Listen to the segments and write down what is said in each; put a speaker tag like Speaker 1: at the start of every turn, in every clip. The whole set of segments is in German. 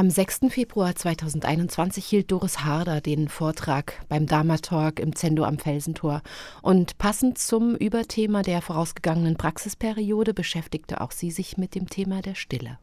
Speaker 1: Am 6. Februar 2021 hielt Doris Harder den Vortrag beim Dharma Talk im Zendo am Felsentor. Und passend zum Überthema der vorausgegangenen Praxisperiode beschäftigte auch sie sich mit dem Thema der Stille.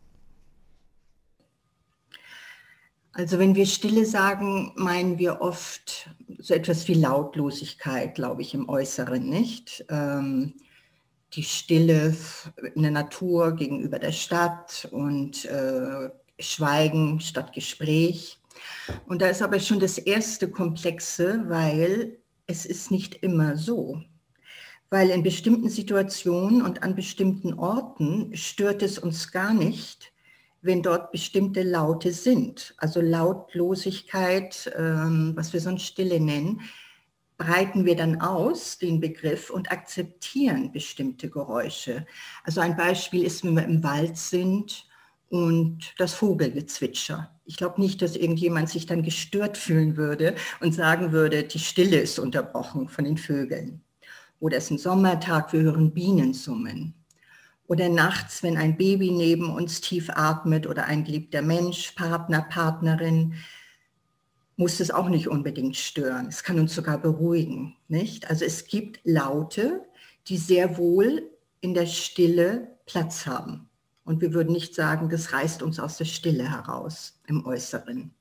Speaker 2: Also wenn wir Stille sagen, meinen wir oft so etwas wie Lautlosigkeit, glaube ich, im Äußeren, nicht? Die Stille in der Natur gegenüber der Stadt und Schweigen statt Gespräch. Und da ist aber schon das erste Komplexe, weil es ist nicht immer so. Weil in bestimmten Situationen und an bestimmten Orten stört es uns gar nicht, wenn dort bestimmte Laute sind. Also Lautlosigkeit, was wir sonst Stille nennen, breiten wir dann aus, den Begriff, und akzeptieren bestimmte Geräusche. Also ein Beispiel ist, wenn wir im Wald sind und das Vogelgezwitscher. Ich glaube nicht, dass irgendjemand sich dann gestört fühlen würde und sagen würde, die Stille ist unterbrochen von den Vögeln. Oder es ist ein Sommertag, wir hören Bienen summen. Oder nachts, wenn ein Baby neben uns tief atmet oder ein geliebter Mensch, Partner, Partnerin, muss es auch nicht unbedingt stören. Es kann uns sogar beruhigen, nicht? Also es gibt Laute, die sehr wohl in der Stille Platz haben. Und wir würden nicht sagen, das reißt uns aus der Stille heraus, im Äußeren.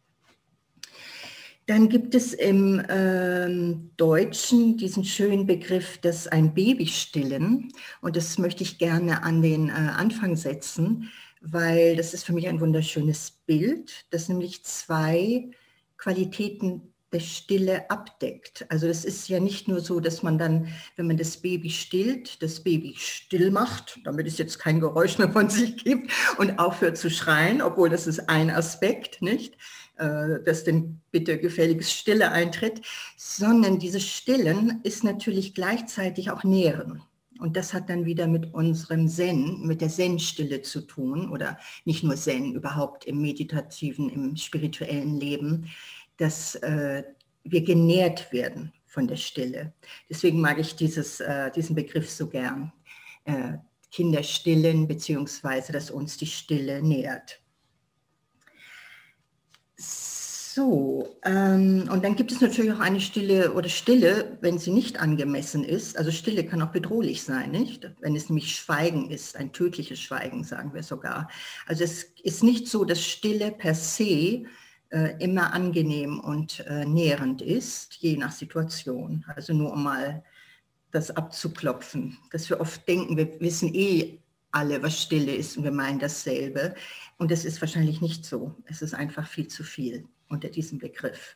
Speaker 2: Dann gibt es im Deutschen diesen schönen Begriff, das ein Baby stillen. Und das möchte ich gerne an den Anfang setzen, weil das ist für mich ein wunderschönes Bild, das nämlich zwei Qualitäten der Stille abdeckt. Also es ist ja nicht nur so, dass man dann, wenn man das Baby stillt, das Baby still macht, damit es jetzt kein Geräusch mehr von sich gibt und aufhört zu schreien, obwohl das ist ein Aspekt, nicht? Dass denn bitte gefälligst Stille eintritt, sondern dieses Stillen ist natürlich gleichzeitig auch Nähren. Und das hat dann wieder mit unserem Zen, mit der Zen-Stille zu tun, oder nicht nur Zen, überhaupt im meditativen, im spirituellen Leben, dass wir genährt werden von der Stille. Deswegen mag ich diesen Begriff so gern. Kinder stillen, beziehungsweise dass uns die Stille nährt. So, und dann gibt es natürlich auch eine Stille oder Stille, wenn sie nicht angemessen ist. Also Stille kann auch bedrohlich sein, nicht? Wenn es nämlich Schweigen ist, ein tödliches Schweigen, sagen wir sogar. Also es ist nicht so, dass Stille per se immer angenehm und nährend ist, je nach Situation. Also nur um mal das abzuklopfen, dass wir oft denken, wir wissen alle, was Stille ist und wir meinen dasselbe. Und es ist wahrscheinlich nicht so. Es ist einfach viel zu viel unter diesem Begriff.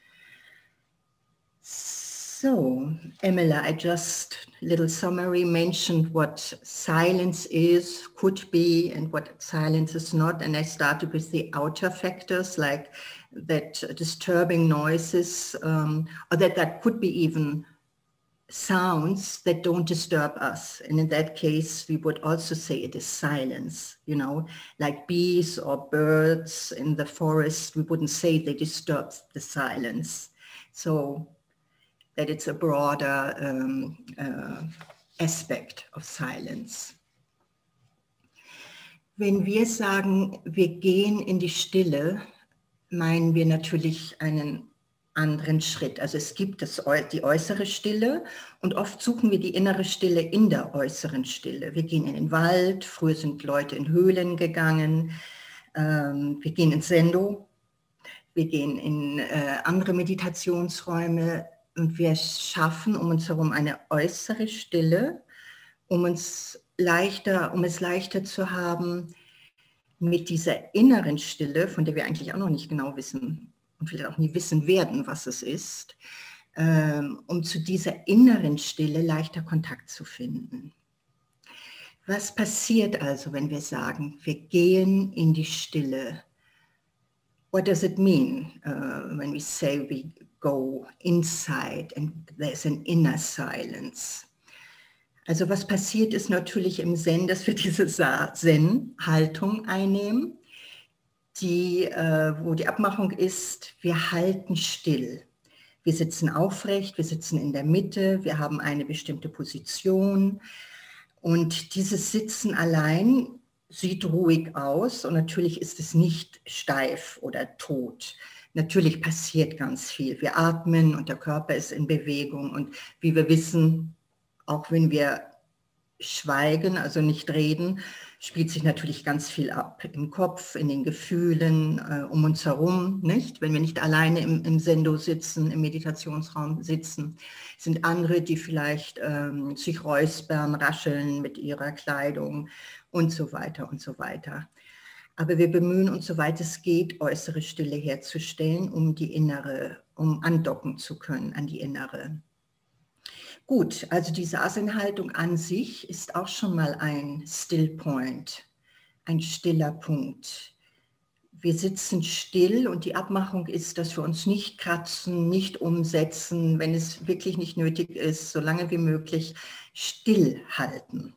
Speaker 2: So, Emila, I just, little summary, mentioned what silence is, could be, and what silence is not. And I started with the outer factors, like that disturbing noises, or that could be even sounds that don't disturb us. And in that case, we would also say it is silence, you know, like bees or birds in the forest, we wouldn't say they disturb the silence. So that it's a broader aspect of silence. Wenn wir sagen, wir gehen in die Stille, meinen wir natürlich einen anderen Schritt. Also es gibt die äußere Stille und oft suchen wir die innere Stille in der äußeren Stille. Wir gehen in den Wald, früher sind Leute in Höhlen gegangen, wir gehen ins Zendo, wir gehen in andere Meditationsräume und wir schaffen um uns herum eine äußere Stille, um es leichter zu haben mit dieser inneren Stille, von der wir eigentlich auch noch nicht genau wissen, und vielleicht auch nie wissen werden, was es ist, um zu dieser inneren Stille leichter Kontakt zu finden. Was passiert also, wenn wir sagen, wir gehen in die Stille? What does it mean when we say we go inside and there's an inner silence? Also was passiert ist natürlich im Zen, dass wir diese Zen-Haltung einnehmen, wo die Abmachung ist, wir halten still. Wir sitzen aufrecht, wir sitzen in der Mitte, wir haben eine bestimmte Position und dieses Sitzen allein sieht ruhig aus und natürlich ist es nicht steif oder tot. Natürlich passiert ganz viel. Wir atmen und der Körper ist in Bewegung und wie wir wissen, auch wenn wir schweigen, also nicht reden, spielt sich natürlich ganz viel ab im Kopf, in den Gefühlen, um uns herum, nicht? Wenn wir nicht alleine im Sendo sitzen, im Meditationsraum sitzen, sind andere, die vielleicht sich räuspern, rascheln mit ihrer Kleidung und so weiter und so weiter. Aber wir bemühen uns, soweit es geht, äußere Stille herzustellen, um die innere, um andocken zu können an die innere. Gut, also die Sasenhaltung an sich ist auch schon mal ein Still Point, ein stiller Punkt. Wir sitzen still und die Abmachung ist, dass wir uns nicht kratzen, nicht umsetzen, wenn es wirklich nicht nötig ist, so lange wie möglich still halten.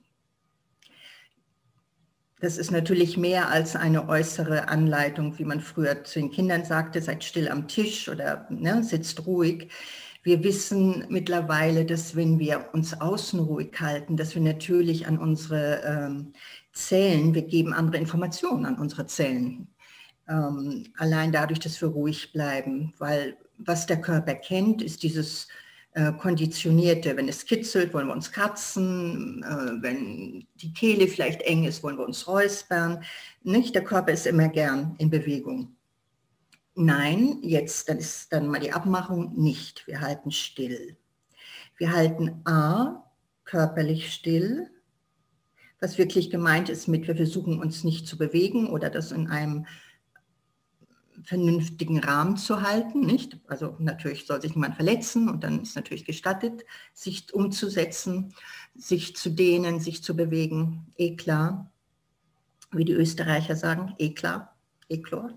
Speaker 2: Das ist natürlich mehr als eine äußere Anleitung, wie man früher zu den Kindern sagte, seid still am Tisch oder sitzt ruhig. Wir wissen mittlerweile, dass wenn wir uns außen ruhig halten, dass wir natürlich an unsere Zellen, wir geben andere Informationen an unsere Zellen. Allein dadurch, dass wir ruhig bleiben, weil was der Körper kennt, ist dieses Konditionierte. Wenn es kitzelt, wollen wir uns kratzen, wenn die Kehle vielleicht eng ist, wollen wir uns räuspern. Nicht? Der Körper ist immer gern in Bewegung. Nein, jetzt, dann ist dann mal die Abmachung nicht. Wir halten still. Wir halten körperlich still, was wirklich gemeint ist mit, wir versuchen uns nicht zu bewegen oder das in einem vernünftigen Rahmen zu halten, nicht? Also natürlich soll sich niemand verletzen und dann ist natürlich gestattet, sich umzusetzen, sich zu dehnen, sich zu bewegen, klar. Wie die Österreicher sagen, klar, klar.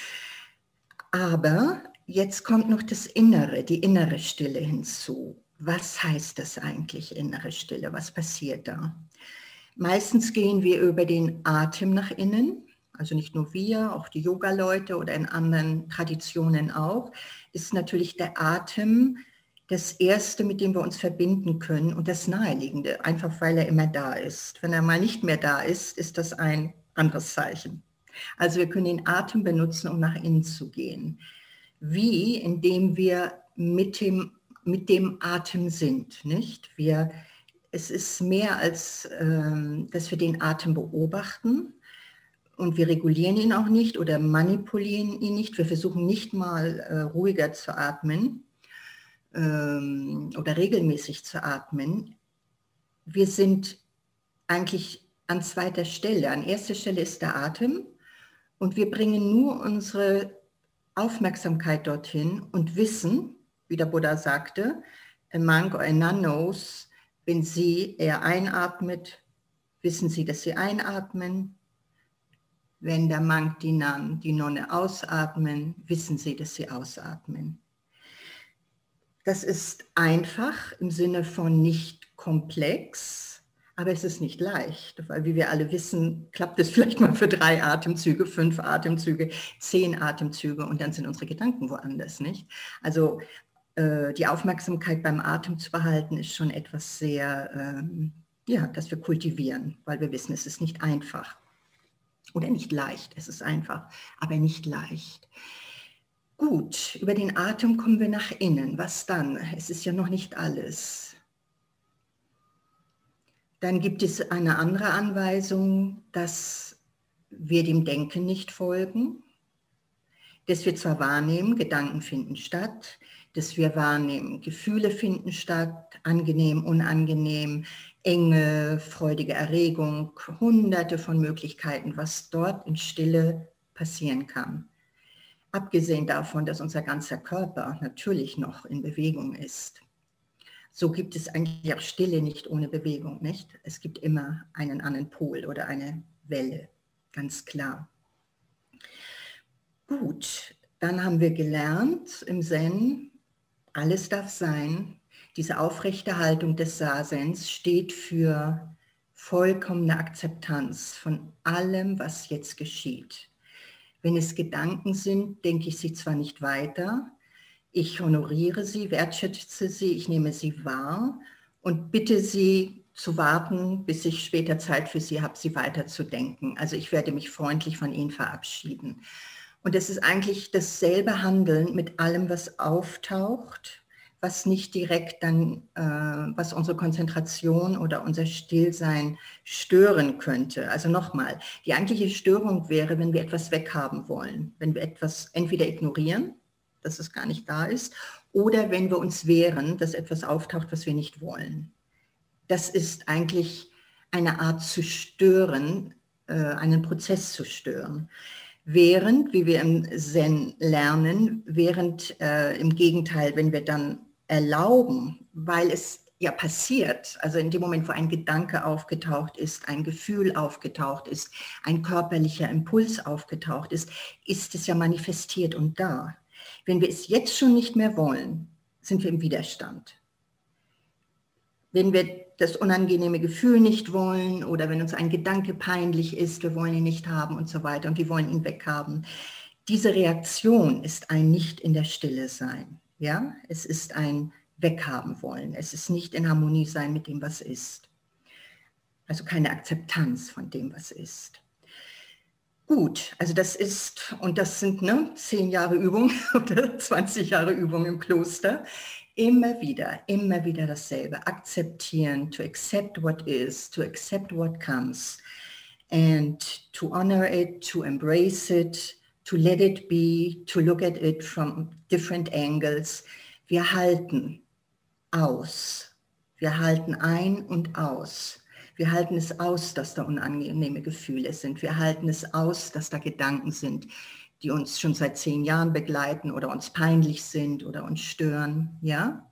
Speaker 2: Aber jetzt kommt noch das Innere, die innere Stille hinzu. Was heißt das eigentlich, innere Stille? Was passiert da? Meistens gehen wir über den Atem nach innen, also nicht nur wir, auch die Yoga-Leute oder in anderen Traditionen auch, ist natürlich der Atem das Erste, mit dem wir uns verbinden können und das Naheliegende, einfach weil er immer da ist. Wenn er mal nicht mehr da ist, ist das ein anderes Zeichen. Also wir können den Atem benutzen, um nach innen zu gehen. Wie? Indem wir mit dem Atem sind, nicht? Es ist mehr als, dass wir den Atem beobachten und wir regulieren ihn auch nicht oder manipulieren ihn nicht. Wir versuchen nicht mal ruhiger zu atmen oder regelmäßig zu atmen. Wir sind eigentlich an zweiter Stelle. An erster Stelle ist der Atem und wir bringen nur unsere Aufmerksamkeit dorthin und wissen, wie der Buddha sagte, a monk or a nun knows, wenn er einatmet, wissen sie, dass sie einatmen. Wenn der Monk, die Nonne ausatmen, wissen sie, dass sie ausatmen. Das ist einfach im Sinne von nicht komplex, aber es ist nicht leicht, weil wie wir alle wissen, klappt es vielleicht mal für 3 Atemzüge, 5 Atemzüge, 10 Atemzüge und dann sind unsere Gedanken woanders, nicht? Also die Aufmerksamkeit beim Atem zu behalten, ist schon etwas sehr, das wir kultivieren, weil wir wissen, es ist nicht einfach. Oder nicht leicht, es ist einfach, aber nicht leicht. Gut, über den Atem kommen wir nach innen. Was dann? Es ist ja noch nicht alles. Dann gibt es eine andere Anweisung, dass wir dem Denken nicht folgen, dass wir zwar wahrnehmen, Gedanken finden statt, dass wir wahrnehmen, Gefühle finden statt, angenehm, unangenehm, Enge, freudige Erregung, hunderte von Möglichkeiten, was dort in Stille passieren kann. Abgesehen davon, dass unser ganzer Körper natürlich noch in Bewegung ist. So gibt es eigentlich auch Stille nicht ohne Bewegung, nicht? Es gibt immer einen anderen Pol oder eine Welle, ganz klar. Gut, dann haben wir gelernt im Zen, alles darf sein. Diese aufrechte Haltung des Sasens steht für vollkommene Akzeptanz von allem, was jetzt geschieht. Wenn es Gedanken sind, denke ich sie zwar nicht weiter, ich honoriere sie, wertschätze sie, ich nehme sie wahr und bitte sie zu warten, bis ich später Zeit für Sie habe, Sie weiterzudenken. Also ich werde mich freundlich von Ihnen verabschieden. Und es ist eigentlich dasselbe Handeln mit allem, was auftaucht, was nicht direkt dann, was unsere Konzentration oder unser Stillsein stören könnte. Also nochmal, die eigentliche Störung wäre, wenn wir etwas weghaben wollen, wenn wir etwas entweder ignorieren, dass es gar nicht da ist, oder wenn wir uns wehren, dass etwas auftaucht, was wir nicht wollen. Das ist eigentlich eine Art zu stören, einen Prozess zu stören. Während, wie wir im Zen lernen, im Gegenteil, wenn wir dann erlauben, weil es ja passiert, also in dem Moment, wo ein Gedanke aufgetaucht ist, ein Gefühl aufgetaucht ist, ein körperlicher Impuls aufgetaucht ist, ist es ja manifestiert und da. Wenn wir es jetzt schon nicht mehr wollen, sind wir im Widerstand. Wenn wir das unangenehme Gefühl nicht wollen oder wenn uns ein Gedanke peinlich ist, wir wollen ihn nicht haben und so weiter und wir wollen ihn weghaben. Diese Reaktion ist ein Nicht in der Stille sein. Ja? Es ist ein Weghaben wollen. Es ist nicht in Harmonie sein mit dem, was ist. Also keine Akzeptanz von dem, was ist. Gut, also das ist, und das sind 10 Jahre Übung oder 20 Jahre Übung im Kloster. Immer wieder dasselbe. Akzeptieren, to accept what is, to accept what comes and to honor it, to embrace it, to let it be, to look at it from different angles. Wir halten aus. Wir halten ein und aus. Wir halten es aus, dass da unangenehme Gefühle sind. Wir halten es aus, dass da Gedanken sind, die uns schon seit 10 Jahren begleiten oder uns peinlich sind oder uns stören, ja?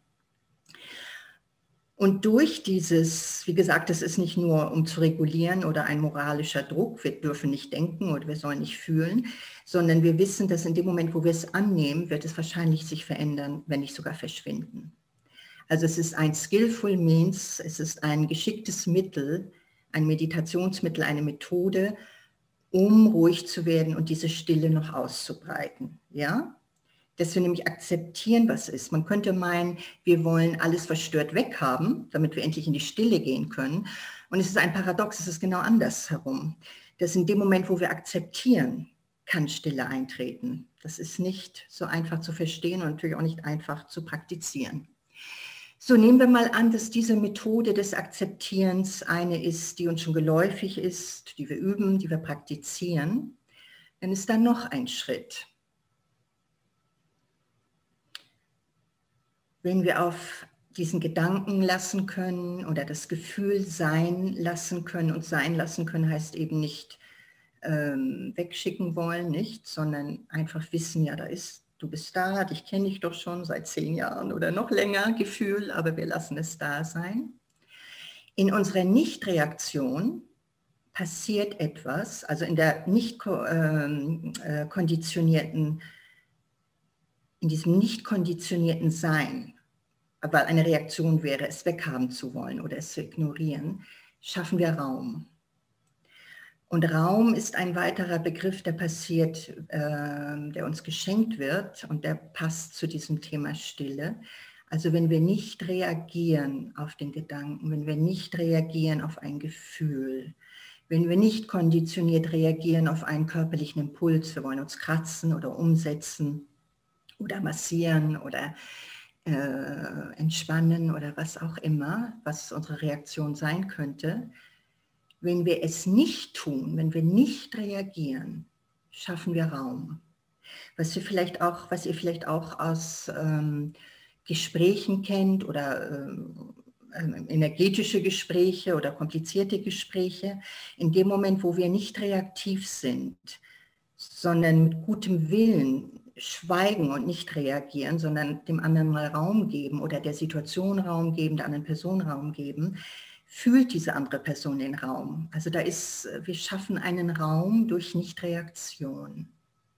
Speaker 2: Und durch dieses, wie gesagt, das ist nicht nur um zu regulieren oder ein moralischer Druck, wir dürfen nicht denken oder wir sollen nicht fühlen, sondern wir wissen, dass in dem Moment, wo wir es annehmen, wird es wahrscheinlich sich verändern, wenn nicht sogar verschwinden. Also es ist ein skillful means, es ist ein geschicktes Mittel, ein Meditationsmittel, eine Methode, um ruhig zu werden und diese Stille noch auszubreiten. Ja? Dass wir nämlich akzeptieren, was ist. Man könnte meinen, wir wollen alles verstört weghaben, damit wir endlich in die Stille gehen können. Und es ist ein Paradox, es ist genau andersherum. Dass in dem Moment, wo wir akzeptieren, kann Stille eintreten. Das ist nicht so einfach zu verstehen und natürlich auch nicht einfach zu praktizieren. So, nehmen wir mal an, dass diese Methode des Akzeptierens eine ist, die uns schon geläufig ist, die wir üben, die wir praktizieren. Dann ist da noch ein Schritt. Wenn wir auf diesen Gedanken lassen können oder das Gefühl sein lassen können, und sein lassen können heißt eben nicht wegschicken wollen, nicht, sondern einfach wissen, ja, du bist da, dich kenne ich doch schon seit 10 Jahren oder noch länger, Gefühl, aber wir lassen es da sein. In unserer Nichtreaktion passiert etwas, also in der nicht konditionierten, in diesem nicht konditionierten Sein, weil eine Reaktion wäre, es weghaben zu wollen oder es zu ignorieren, schaffen wir Raum. Und Raum ist ein weiterer Begriff, der passiert, der uns geschenkt wird und der passt zu diesem Thema Stille. Also wenn wir nicht reagieren auf den Gedanken, wenn wir nicht reagieren auf ein Gefühl, wenn wir nicht konditioniert reagieren auf einen körperlichen Impuls, wir wollen uns kratzen oder umsetzen oder massieren oder entspannen oder was auch immer, was unsere Reaktion sein könnte. Wenn wir es nicht tun, wenn wir nicht reagieren, schaffen wir Raum. Was ihr vielleicht auch aus Gesprächen kennt oder energetische Gespräche oder komplizierte Gespräche. In dem Moment, wo wir nicht reaktiv sind, sondern mit gutem Willen schweigen und nicht reagieren, sondern dem anderen mal Raum geben oder der Situation Raum geben, der anderen Person Raum geben, fühlt diese andere Person den Raum. Also wir schaffen einen Raum durch Nichtreaktion.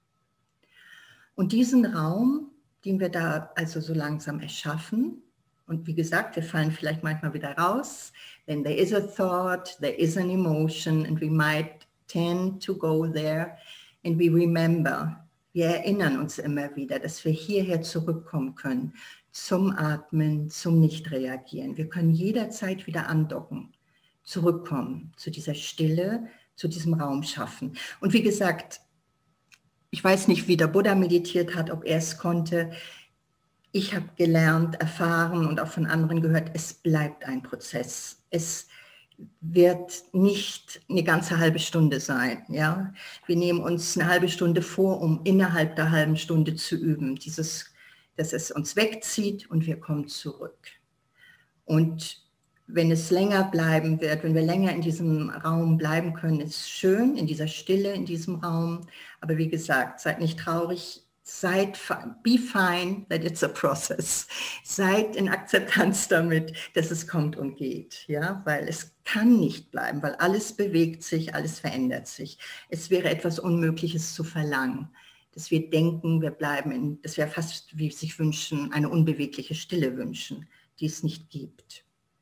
Speaker 2: Und diesen Raum, den wir da also so langsam erschaffen, und wie gesagt, wir fallen vielleicht manchmal wieder raus, then there is a thought, there is an emotion, and we might tend to go there, and we remember. Wir erinnern uns immer wieder, dass wir hierher zurückkommen können, zum Atmen, zum Nichtreagieren. Wir können jederzeit wieder andocken zurückkommen, zu dieser Stille, zu diesem Raum schaffen. Und wie gesagt, ich weiß nicht, wie der Buddha meditiert hat, ob er es konnte. Ich habe gelernt, erfahren und auch von anderen gehört, es bleibt ein Prozess. Es wird nicht eine ganze halbe Stunde sein. Ja? Wir nehmen uns eine halbe Stunde vor, um innerhalb der halben Stunde zu üben, dass es uns wegzieht und wir kommen zurück. Und wenn es länger bleiben wird, wenn wir länger in diesem Raum bleiben können, ist schön, in dieser Stille, in diesem Raum. Aber wie gesagt, seid nicht traurig, be fine that it's a process. Seid in Akzeptanz damit, dass es kommt und geht, ja, weil es kann nicht bleiben, weil alles bewegt sich, alles verändert sich. Es wäre etwas Unmögliches zu verlangen, dass wir denken, wir bleiben das wäre fast, wie sich wünschen, eine unbewegliche Stille wünschen, die es nicht gibt.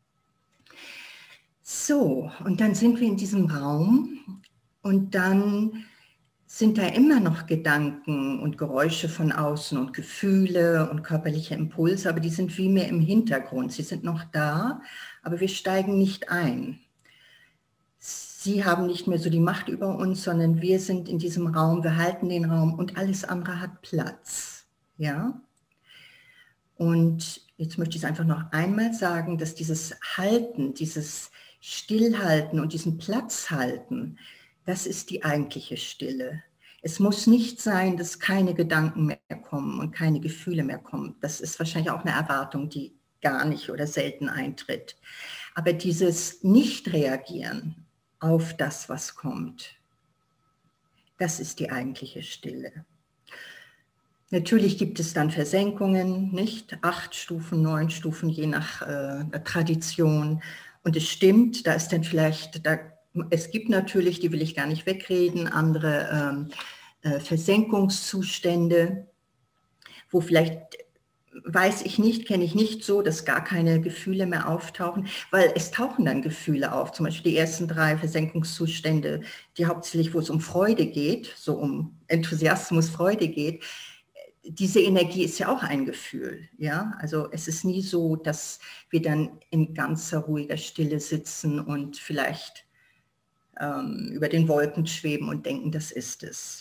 Speaker 2: So, und dann sind wir in diesem Raum und dann sind da immer noch Gedanken und Geräusche von außen und Gefühle und körperliche Impulse, aber die sind wie mehr im Hintergrund. Sie sind noch da, aber wir steigen nicht ein. Sie haben nicht mehr so die Macht über uns, sondern wir sind in diesem Raum, wir halten den Raum und alles andere hat Platz. Ja? Und jetzt möchte ich es einfach noch einmal sagen, dass dieses Halten, dieses Stillhalten und diesen Platz halten, das ist die eigentliche Stille. Es muss nicht sein, dass keine Gedanken mehr kommen und keine Gefühle mehr kommen. Das ist wahrscheinlich auch eine Erwartung, die gar nicht oder selten eintritt. Aber dieses Nicht-Reagieren auf das, was kommt, das ist die eigentliche Stille. Natürlich gibt es dann Versenkungen, nicht? 8 Stufen, 9 Stufen, je nach Tradition. Und es stimmt, da ist dann vielleicht, es gibt natürlich, die will ich gar nicht wegreden, andere Versenkungszustände, wo vielleicht, weiß ich nicht, kenne ich nicht so, dass gar keine Gefühle mehr auftauchen, weil es tauchen dann Gefühle auf, zum Beispiel die ersten 3 Versenkungszustände, die hauptsächlich, wo es um Freude geht, so um Enthusiasmus, Freude geht. Diese Energie ist ja auch ein Gefühl, ja, also es ist nie so, dass wir dann in ganzer ruhiger Stille sitzen und vielleicht über den Wolken schweben und denken, das ist es.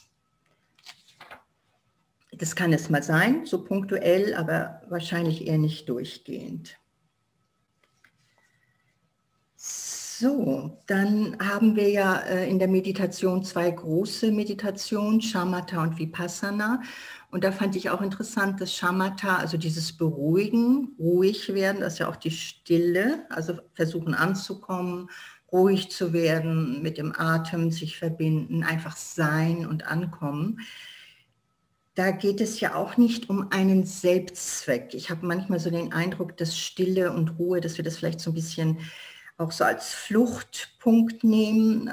Speaker 2: Das kann es mal sein, so punktuell, aber wahrscheinlich eher nicht durchgehend. So, dann haben wir ja in der Meditation 2 große Meditationen, Shamatha und Vipassana. Und da fand ich auch interessant, dass Shamatha, also dieses Beruhigen, ruhig werden, das ist ja auch die Stille, also versuchen anzukommen, ruhig zu werden, mit dem Atem sich verbinden, einfach sein und ankommen. Da geht es ja auch nicht um einen Selbstzweck. Ich habe manchmal so den Eindruck, dass Stille und Ruhe, dass wir das vielleicht so ein bisschen auch so als Fluchtpunkt nehmen,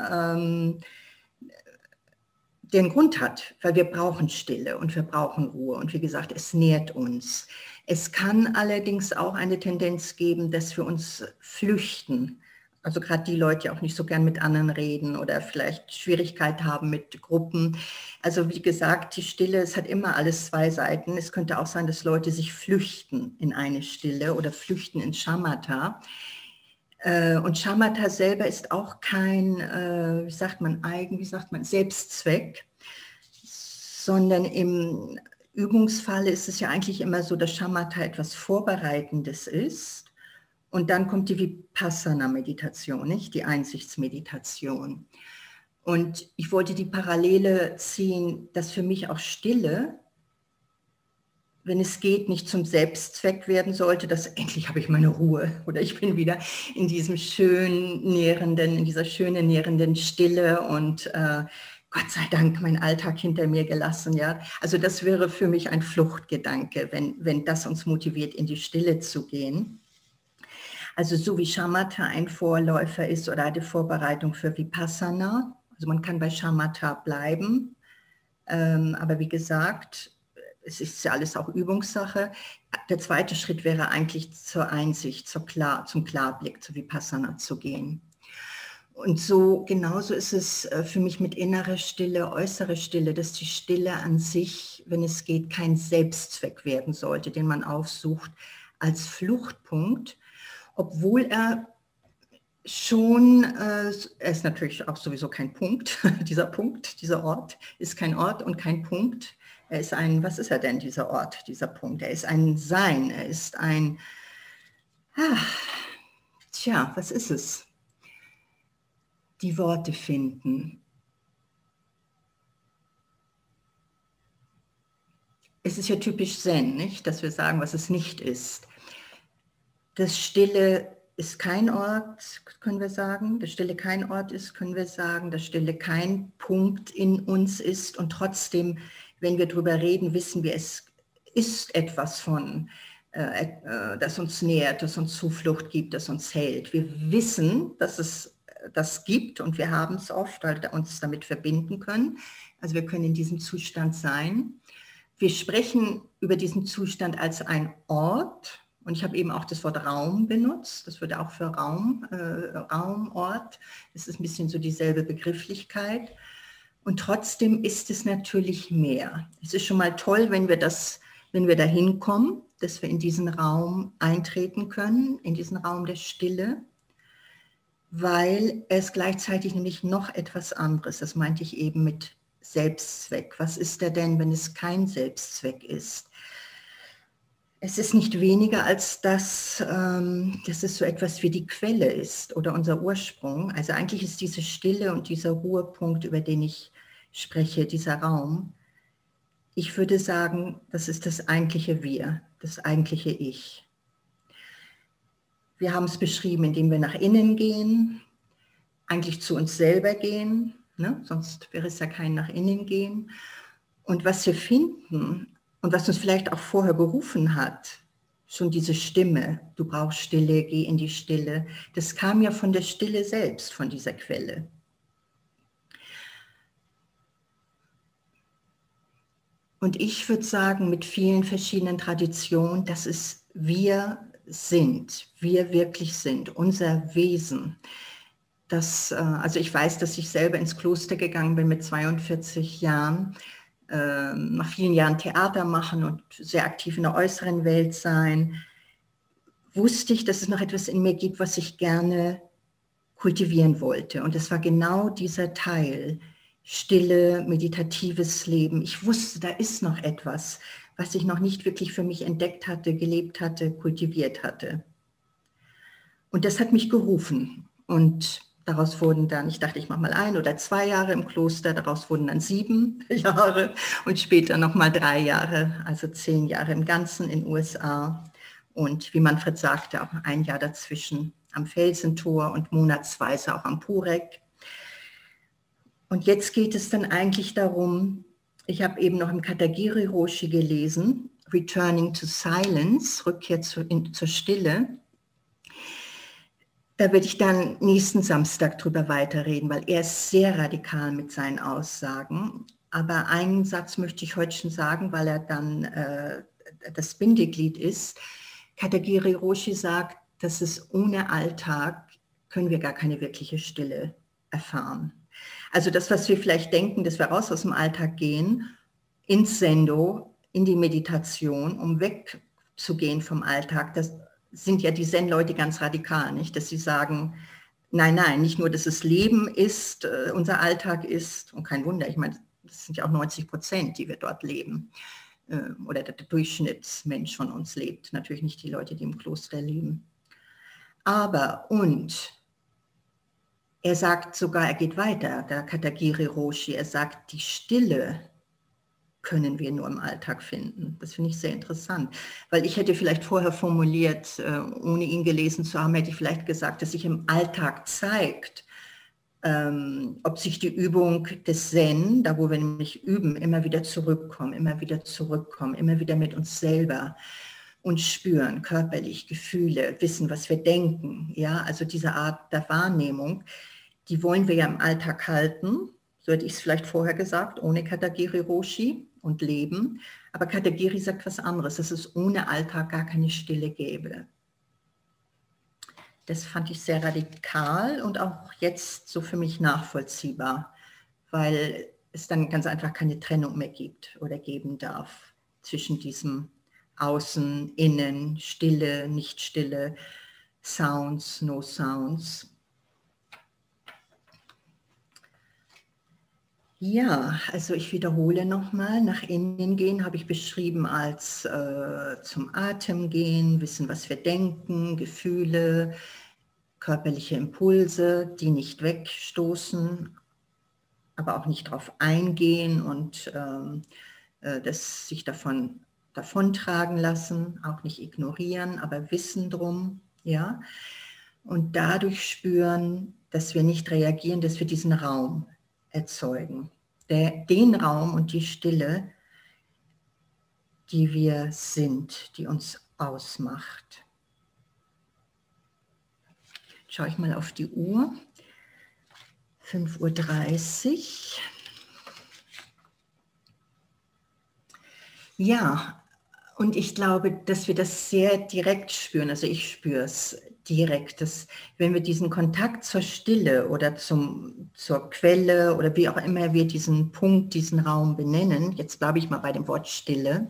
Speaker 2: der einen Grund hat, weil wir brauchen Stille und wir brauchen Ruhe. Und wie gesagt, es nährt uns. Es kann allerdings auch eine Tendenz geben, dass wir uns flüchten. Also gerade die Leute, die auch nicht so gern mit anderen reden oder vielleicht Schwierigkeit haben mit Gruppen. Also wie gesagt, die Stille, es hat immer alles 2 Seiten. Es könnte auch sein, dass Leute sich flüchten in eine Stille oder flüchten in Shamatha. Und Shamatha selber ist auch kein, wie sagt man, Selbstzweck, sondern im Übungsfalle ist es ja eigentlich immer so, dass Shamatha etwas Vorbereitendes ist. Und dann kommt die Vipassana-Meditation, nicht? Die Einsichtsmeditation. Und ich wollte die Parallele ziehen, dass für mich auch Stille, wenn es geht, nicht zum Selbstzweck werden sollte, dass endlich habe ich meine Ruhe oder ich bin wieder in diesem in dieser schönen nährenden Stille und Gott sei Dank mein Alltag hinter mir gelassen. Ja? Also das wäre für mich ein Fluchtgedanke, wenn das uns motiviert, in die Stille zu gehen. Also so wie Shamatha ein Vorläufer ist oder eine Vorbereitung für Vipassana. Also man kann bei Shamatha bleiben, aber wie gesagt, es ist ja alles auch Übungssache. Der zweite Schritt wäre eigentlich zur Einsicht, zum Klarblick, zu Vipassana zu gehen. Und so genauso ist es für mich mit innerer Stille, äußere Stille, dass die Stille an sich, wenn es geht, kein Selbstzweck werden sollte, den man aufsucht als Fluchtpunkt, obwohl er Schon, er ist natürlich auch sowieso kein Punkt. Dieser Ort ist kein Ort und kein Punkt. Er ist was ist er denn, dieser Ort, dieser Punkt? Er ist ein Sein, er ist was ist es? Die Worte finden. Es ist ja typisch Zen, nicht? Dass wir sagen, was es nicht ist. Das Stille ist kein Ort, können wir sagen. Das Stille kein Ort ist, können wir sagen. Das Stille kein Punkt in uns ist. Und trotzdem, wenn wir darüber reden, wissen wir, es ist etwas von, das uns nährt, das uns Zuflucht gibt, das uns hält. Wir wissen, dass es das gibt und wir haben es oft, weil wir uns damit verbinden können. Also wir können in diesem Zustand sein. Wir sprechen über diesen Zustand als ein Ort. Und ich habe eben auch das Wort Raum benutzt. Das würde auch für Raum, Ort. Es ist ein bisschen so dieselbe Begrifflichkeit. Und trotzdem ist es natürlich mehr. Es ist schon mal toll, wenn wir da hinkommen, dass wir in diesen Raum eintreten können, in diesen Raum der Stille, weil es gleichzeitig nämlich noch etwas anderes, das meinte ich eben mit Selbstzweck. Was ist er denn, wenn es kein Selbstzweck ist? Es ist nicht weniger als dass es so etwas wie die Quelle ist oder unser Ursprung. Also eigentlich ist diese Stille und dieser Ruhepunkt, über den ich spreche, dieser Raum, ich würde sagen, das ist das eigentliche Wir, das eigentliche Ich. Wir haben es beschrieben, indem wir nach innen gehen, eigentlich zu uns selber gehen, ne? Sonst wäre es ja kein nach innen gehen. Und was wir finden und was uns vielleicht auch vorher gerufen hat, schon diese Stimme, du brauchst Stille, geh in die Stille, das kam ja von der Stille selbst, von dieser Quelle. Und ich würde sagen, mit vielen verschiedenen Traditionen, dass es wir sind, wir wirklich sind, unser Wesen. Also ich weiß, dass ich selber ins Kloster gegangen bin mit 42 Jahren, nach vielen Jahren Theater machen und sehr aktiv in der äußeren Welt sein, wusste ich, dass es noch etwas in mir gibt, was ich gerne kultivieren wollte. Und es war genau dieser Teil, stille, meditatives Leben. Ich wusste, da ist noch etwas, was ich noch nicht wirklich für mich entdeckt hatte, gelebt hatte, kultiviert hatte. Und das hat mich gerufen. Und daraus wurden dann, ich dachte, ich mache mal 1 oder 2 Jahre im Kloster, daraus wurden dann 7 Jahre und später nochmal 3 Jahre, also 10 Jahre im Ganzen in den USA. Und wie Manfred sagte, auch 1 Jahr dazwischen am Felsentor und monatsweise auch am Purek. Und jetzt geht es dann eigentlich darum, ich habe eben noch im Katagiri Roshi gelesen, Returning to Silence, Rückkehr zur Stille. Da werde ich dann nächsten Samstag drüber weiterreden, weil er ist sehr radikal mit seinen Aussagen. Aber einen Satz möchte ich heute schon sagen, weil er dann das Bindeglied ist. Katagiri Roshi sagt, dass es ohne Alltag können wir gar keine wirkliche Stille erfahren. Also das, was wir vielleicht denken, dass wir raus aus dem Alltag gehen, ins Sendo, in die Meditation, um wegzugehen vom Alltag, das sind ja die Zen-Leute ganz radikal, nicht? Dass sie sagen, nein, nicht nur, dass es Leben ist, unser Alltag ist, und kein Wunder, ich meine, das sind ja auch 90%, die wir dort leben, oder der Durchschnittsmensch von uns lebt, natürlich nicht die Leute, die im Kloster leben. Aber, und er sagt sogar, er geht weiter, der Katagiri Roshi, er sagt, die Stille können wir nur im Alltag finden. Das finde ich sehr interessant, weil ich hätte vielleicht vorher formuliert, ohne ihn gelesen zu haben, hätte ich vielleicht gesagt, dass sich im Alltag zeigt, ob sich die Übung des Zen, da wo wir nämlich üben, immer wieder zurückkommen, immer wieder mit uns selber und spüren, körperlich, Gefühle, wissen, was wir denken. Ja, also diese Art der Wahrnehmung, die wollen wir ja im Alltag halten, so hätte ich es vielleicht vorher gesagt, ohne Katagiri Roshi und Leben. Aber Katagiri sagt was anderes, dass es ohne Alltag gar keine Stille gäbe. Das fand ich sehr radikal und auch jetzt so für mich nachvollziehbar, weil es dann ganz einfach keine Trennung mehr gibt oder geben darf zwischen diesem Außen, Innen, Stille, Nicht-Stille, Sounds, No Sounds. Ja, also ich wiederhole nochmal, nach innen gehen habe ich beschrieben als zum Atem gehen, wissen, was wir denken, Gefühle, körperliche Impulse, die nicht wegstoßen, aber auch nicht darauf eingehen und das sich davontragen lassen, auch nicht ignorieren, aber wissen drum, ja. Und dadurch spüren, dass wir nicht reagieren, dass wir diesen Raum erzeugen. Den Raum und die Stille, die wir sind, die uns ausmacht. Schaue ich mal auf die Uhr. 5:30 Uhr. Ja, und ich glaube, dass wir das sehr direkt spüren. Also ich spüre es direkt, dass wenn wir diesen Kontakt zur Stille oder zur Quelle oder wie auch immer wir diesen Punkt, diesen Raum benennen, jetzt bleibe ich mal bei dem Wort Stille,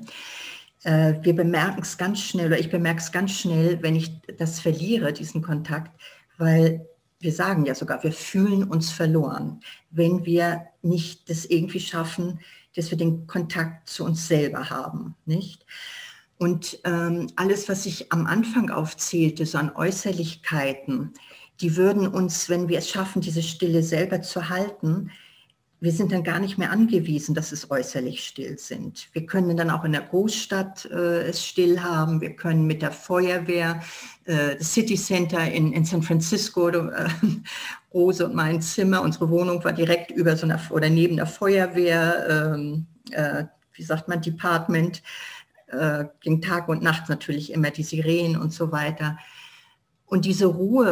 Speaker 2: wir bemerken es ganz schnell, oder ich bemerke es ganz schnell, wenn ich das verliere, diesen Kontakt, weil wir sagen ja sogar, wir fühlen uns verloren, wenn wir nicht das irgendwie schaffen, dass wir den Kontakt zu uns selber haben, nicht? Und alles, was ich am Anfang aufzählte, so an Äußerlichkeiten, die würden uns, wenn wir es schaffen, diese Stille selber zu halten, wir sind dann gar nicht mehr angewiesen, dass es äußerlich still sind. Wir können dann auch in der Großstadt es still haben. Wir können mit der Feuerwehr, das City Center in San Francisco, Rose und mein Zimmer, unsere Wohnung war direkt über so einer oder neben der Feuerwehr, wie sagt man, Department, ging Tag und Nacht natürlich immer die Sirenen und so weiter. Und diese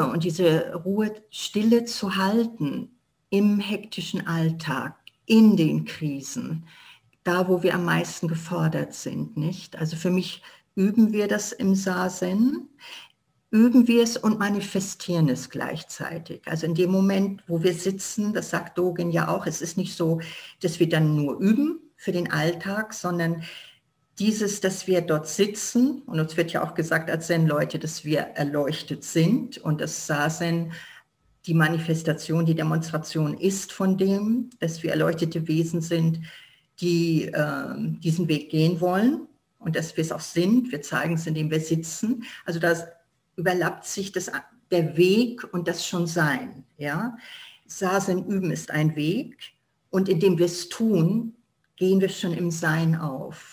Speaker 2: Ruhe, Stille zu halten im hektischen Alltag, in den Krisen, da wo wir am meisten gefordert sind, nicht? Also für mich üben wir das im Sazen, üben wir es und manifestieren es gleichzeitig. Also in dem Moment, wo wir sitzen, das sagt Dogen ja auch, es ist nicht so, dass wir dann nur üben für den Alltag, sondern dieses, dass wir dort sitzen, und uns wird ja auch gesagt als Zen-Leute, dass wir erleuchtet sind und das Sazen, die Manifestation, die Demonstration ist von dem, dass wir erleuchtete Wesen sind, die diesen Weg gehen wollen und dass wir es auch sind. Wir zeigen es, indem wir sitzen. Also da überlappt sich der Weg und das Schon-Sein. Ja? Sazen üben ist ein Weg und indem wir es tun, gehen wir schon im Sein auf.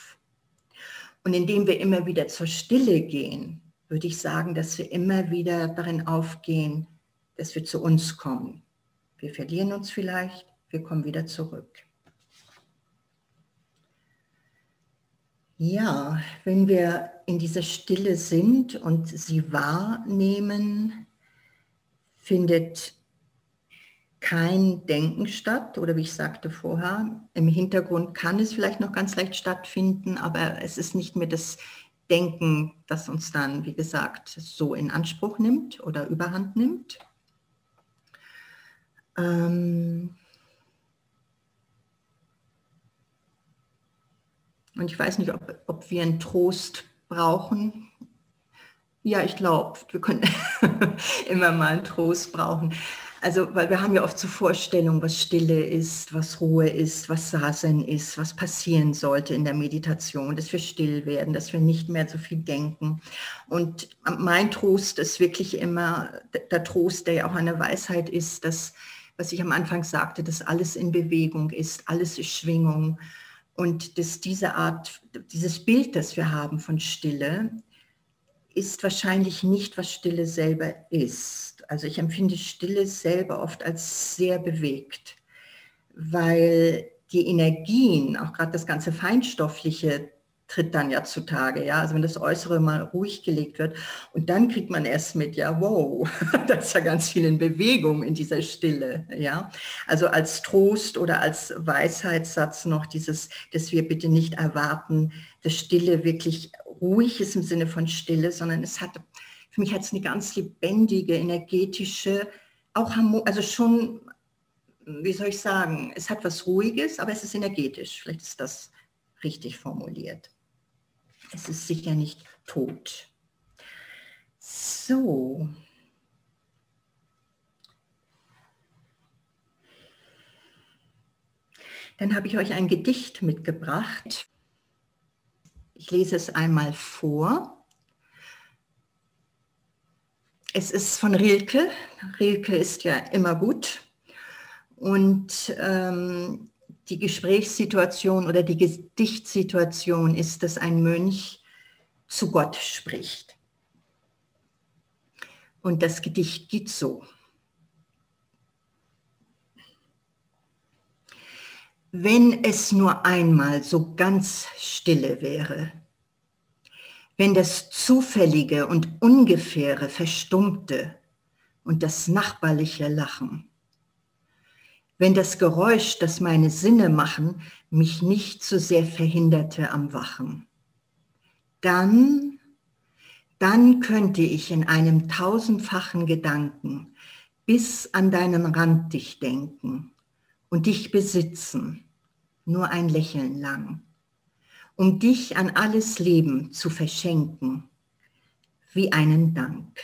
Speaker 2: Und indem wir immer wieder zur Stille gehen, würde ich sagen, dass wir immer wieder darin aufgehen, dass wir zu uns kommen. Wir verlieren uns vielleicht, wir kommen wieder zurück. Ja, wenn wir in dieser Stille sind und sie wahrnehmen, findet kein Denken statt, oder wie ich sagte vorher, im Hintergrund kann es vielleicht noch ganz leicht stattfinden, aber es ist nicht mehr das Denken, das uns dann, wie gesagt, so in Anspruch nimmt oder Überhand nimmt. Und ich weiß nicht, ob wir einen Trost brauchen. Ja, ich glaube, wir können immer mal einen Trost brauchen. Also, weil wir haben ja oft so Vorstellungen, was Stille ist, was Ruhe ist, was Sazen ist, was passieren sollte in der Meditation, dass wir still werden, dass wir nicht mehr so viel denken. Und mein Trost ist wirklich immer der Trost, der ja auch eine Weisheit ist, dass, was ich am Anfang sagte, dass alles in Bewegung ist, alles ist Schwingung. Und dass diese Art, dieses Bild, das wir haben von Stille, ist wahrscheinlich nicht, was Stille selber ist. Also ich empfinde Stille selber oft als sehr bewegt, weil die Energien, auch gerade das ganze Feinstoffliche, tritt dann ja zutage. Ja? Also wenn das Äußere mal ruhig gelegt wird und dann kriegt man erst mit, ja wow, da ist ja ganz viel in Bewegung in dieser Stille. Ja? Also als Trost oder als Weisheitssatz noch dieses, dass wir bitte nicht erwarten, dass Stille wirklich ruhig ist im Sinne von Stille, sondern für mich hat es eine ganz lebendige, energetische, auch also schon, wie soll ich sagen, es hat was Ruhiges, aber es ist energetisch. Vielleicht ist das richtig formuliert. Es ist sicher nicht tot. So. Dann habe ich euch ein Gedicht mitgebracht. Ich lese es einmal vor. Es ist von Rilke. Rilke ist ja immer gut. Und die Gesprächssituation oder die Gedichtssituation ist, dass ein Mönch zu Gott spricht. Und das Gedicht geht so. Wenn es nur einmal so ganz stille wäre, wenn das Zufällige und Ungefähre verstummte und das nachbarliche Lachen, wenn das Geräusch, das meine Sinne machen, mich nicht so sehr verhinderte am Wachen, dann könnte ich in einem tausendfachen Gedanken bis an deinen Rand dich denken und dich besitzen, nur ein Lächeln lang, um dich an alles Leben zu verschenken, wie einen Dank.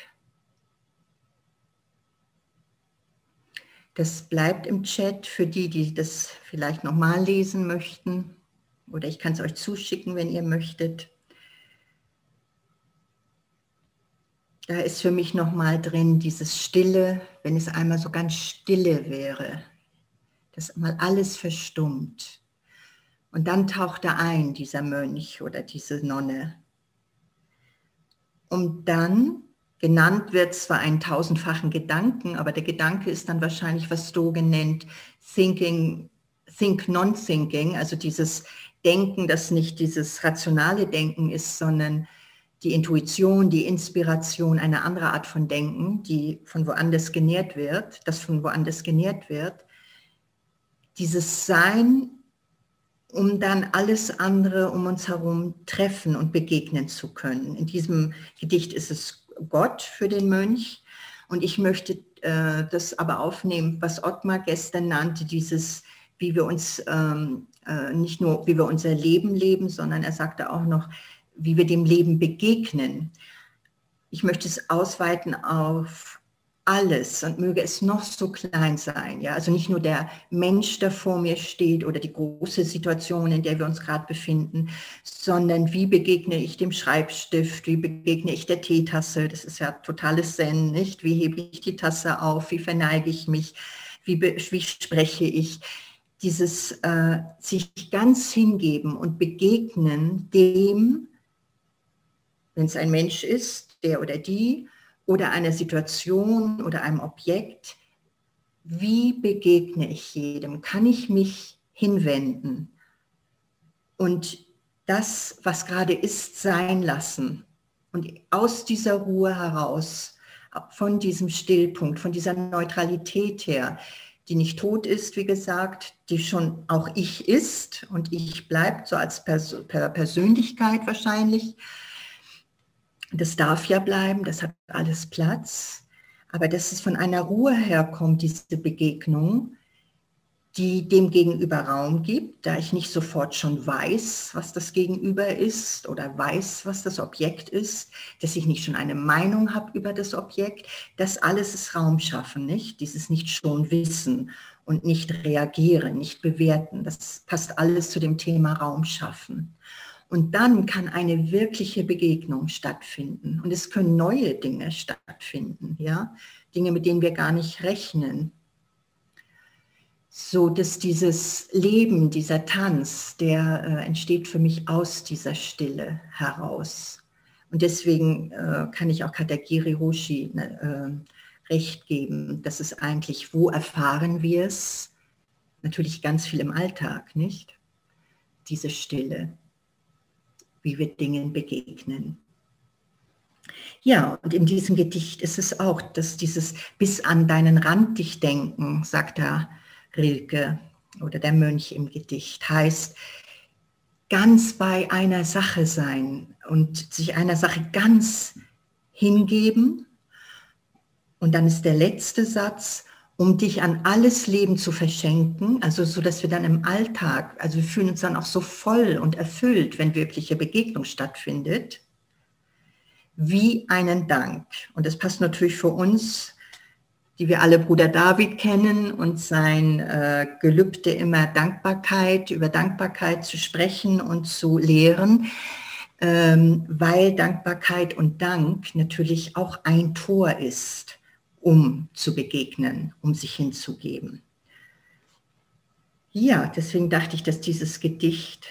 Speaker 2: Das bleibt im Chat für die, die das vielleicht nochmal lesen möchten. Oder ich kann es euch zuschicken, wenn ihr möchtet. Da ist für mich nochmal drin dieses Stille, wenn es einmal so ganz stille wäre, dass mal alles verstummt. Und dann taucht er ein, dieser Mönch oder diese Nonne. Und dann, genannt wird zwar einen tausendfachen Gedanken, aber der Gedanke ist dann wahrscheinlich, was Dogen nennt, Think Non-Thinking, also dieses Denken, das nicht dieses rationale Denken ist, sondern die Intuition, die Inspiration, eine andere Art von Denken, die von woanders genährt wird, das von woanders genährt wird. Dieses Sein, um dann alles andere um uns herum treffen und begegnen zu können. In diesem Gedicht ist es Gott für den Mönch. Und ich möchte das aber aufnehmen, was Ottmar gestern nannte, dieses, wie wir uns, nicht nur wie wir unser Leben leben, sondern er sagte auch noch, wie wir dem Leben begegnen. Ich möchte es ausweiten auf alles und möge es noch so klein sein. Ja? Also nicht nur der Mensch, der vor mir steht oder die große Situation, in der wir uns gerade befinden, sondern wie begegne ich dem Schreibstift, wie begegne ich der Teetasse, das ist ja totales Zen, nicht? Wie hebe ich die Tasse auf, wie verneige ich mich, wie spreche ich. Dieses sich ganz hingeben und begegnen dem, wenn es ein Mensch ist, der oder die, oder einer Situation oder einem Objekt, wie begegne ich jedem? Kann ich mich hinwenden und das, was gerade ist, sein lassen und aus dieser Ruhe heraus, von diesem Stillpunkt, von dieser Neutralität her, die nicht tot ist, wie gesagt, die schon auch ich ist und ich bleibt, so als Persönlichkeit wahrscheinlich. Das darf ja bleiben, das hat alles Platz, aber dass es von einer Ruhe herkommt, diese Begegnung, die dem Gegenüber Raum gibt, da ich nicht sofort schon weiß, was das Gegenüber ist oder weiß, was das Objekt ist, dass ich nicht schon eine Meinung habe über das Objekt, das alles ist Raum schaffen, nicht? Dieses nicht schon wissen und nicht reagieren, nicht bewerten, das passt alles zu dem Thema Raum schaffen. Und dann kann eine wirkliche Begegnung stattfinden. Und es können neue Dinge stattfinden, ja? Dinge, mit denen wir gar nicht rechnen. So dass dieses Leben, dieser Tanz, der entsteht für mich aus dieser Stille heraus. Und deswegen kann ich auch Katagiri Roshi recht geben, dass es eigentlich, wo erfahren wir es? Natürlich ganz viel im Alltag, nicht? Diese Stille, wie wir Dingen begegnen. Ja, und in diesem Gedicht ist es auch, dass dieses bis an deinen Rand dich denken, sagt da Rilke oder der Mönch im Gedicht, heißt ganz bei einer Sache sein und sich einer Sache ganz hingeben. Und dann ist der letzte Satz, um dich an alles Leben zu verschenken, also so, dass wir dann im Alltag, also wir fühlen uns dann auch so voll und erfüllt, wenn wirkliche Begegnung stattfindet, wie einen Dank. Und das passt natürlich für uns die wir alle Bruder David kennen und sein Gelübde immer Dankbarkeit, über Dankbarkeit zu sprechen und zu lehren, weil Dankbarkeit und Dank natürlich auch ein Tor ist, um zu begegnen, um sich hinzugeben. Ja, deswegen dachte ich, dass dieses Gedicht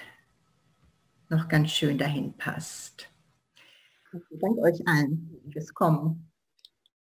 Speaker 2: noch ganz schön dahin passt. Ich danke euch allen fürs Kommen.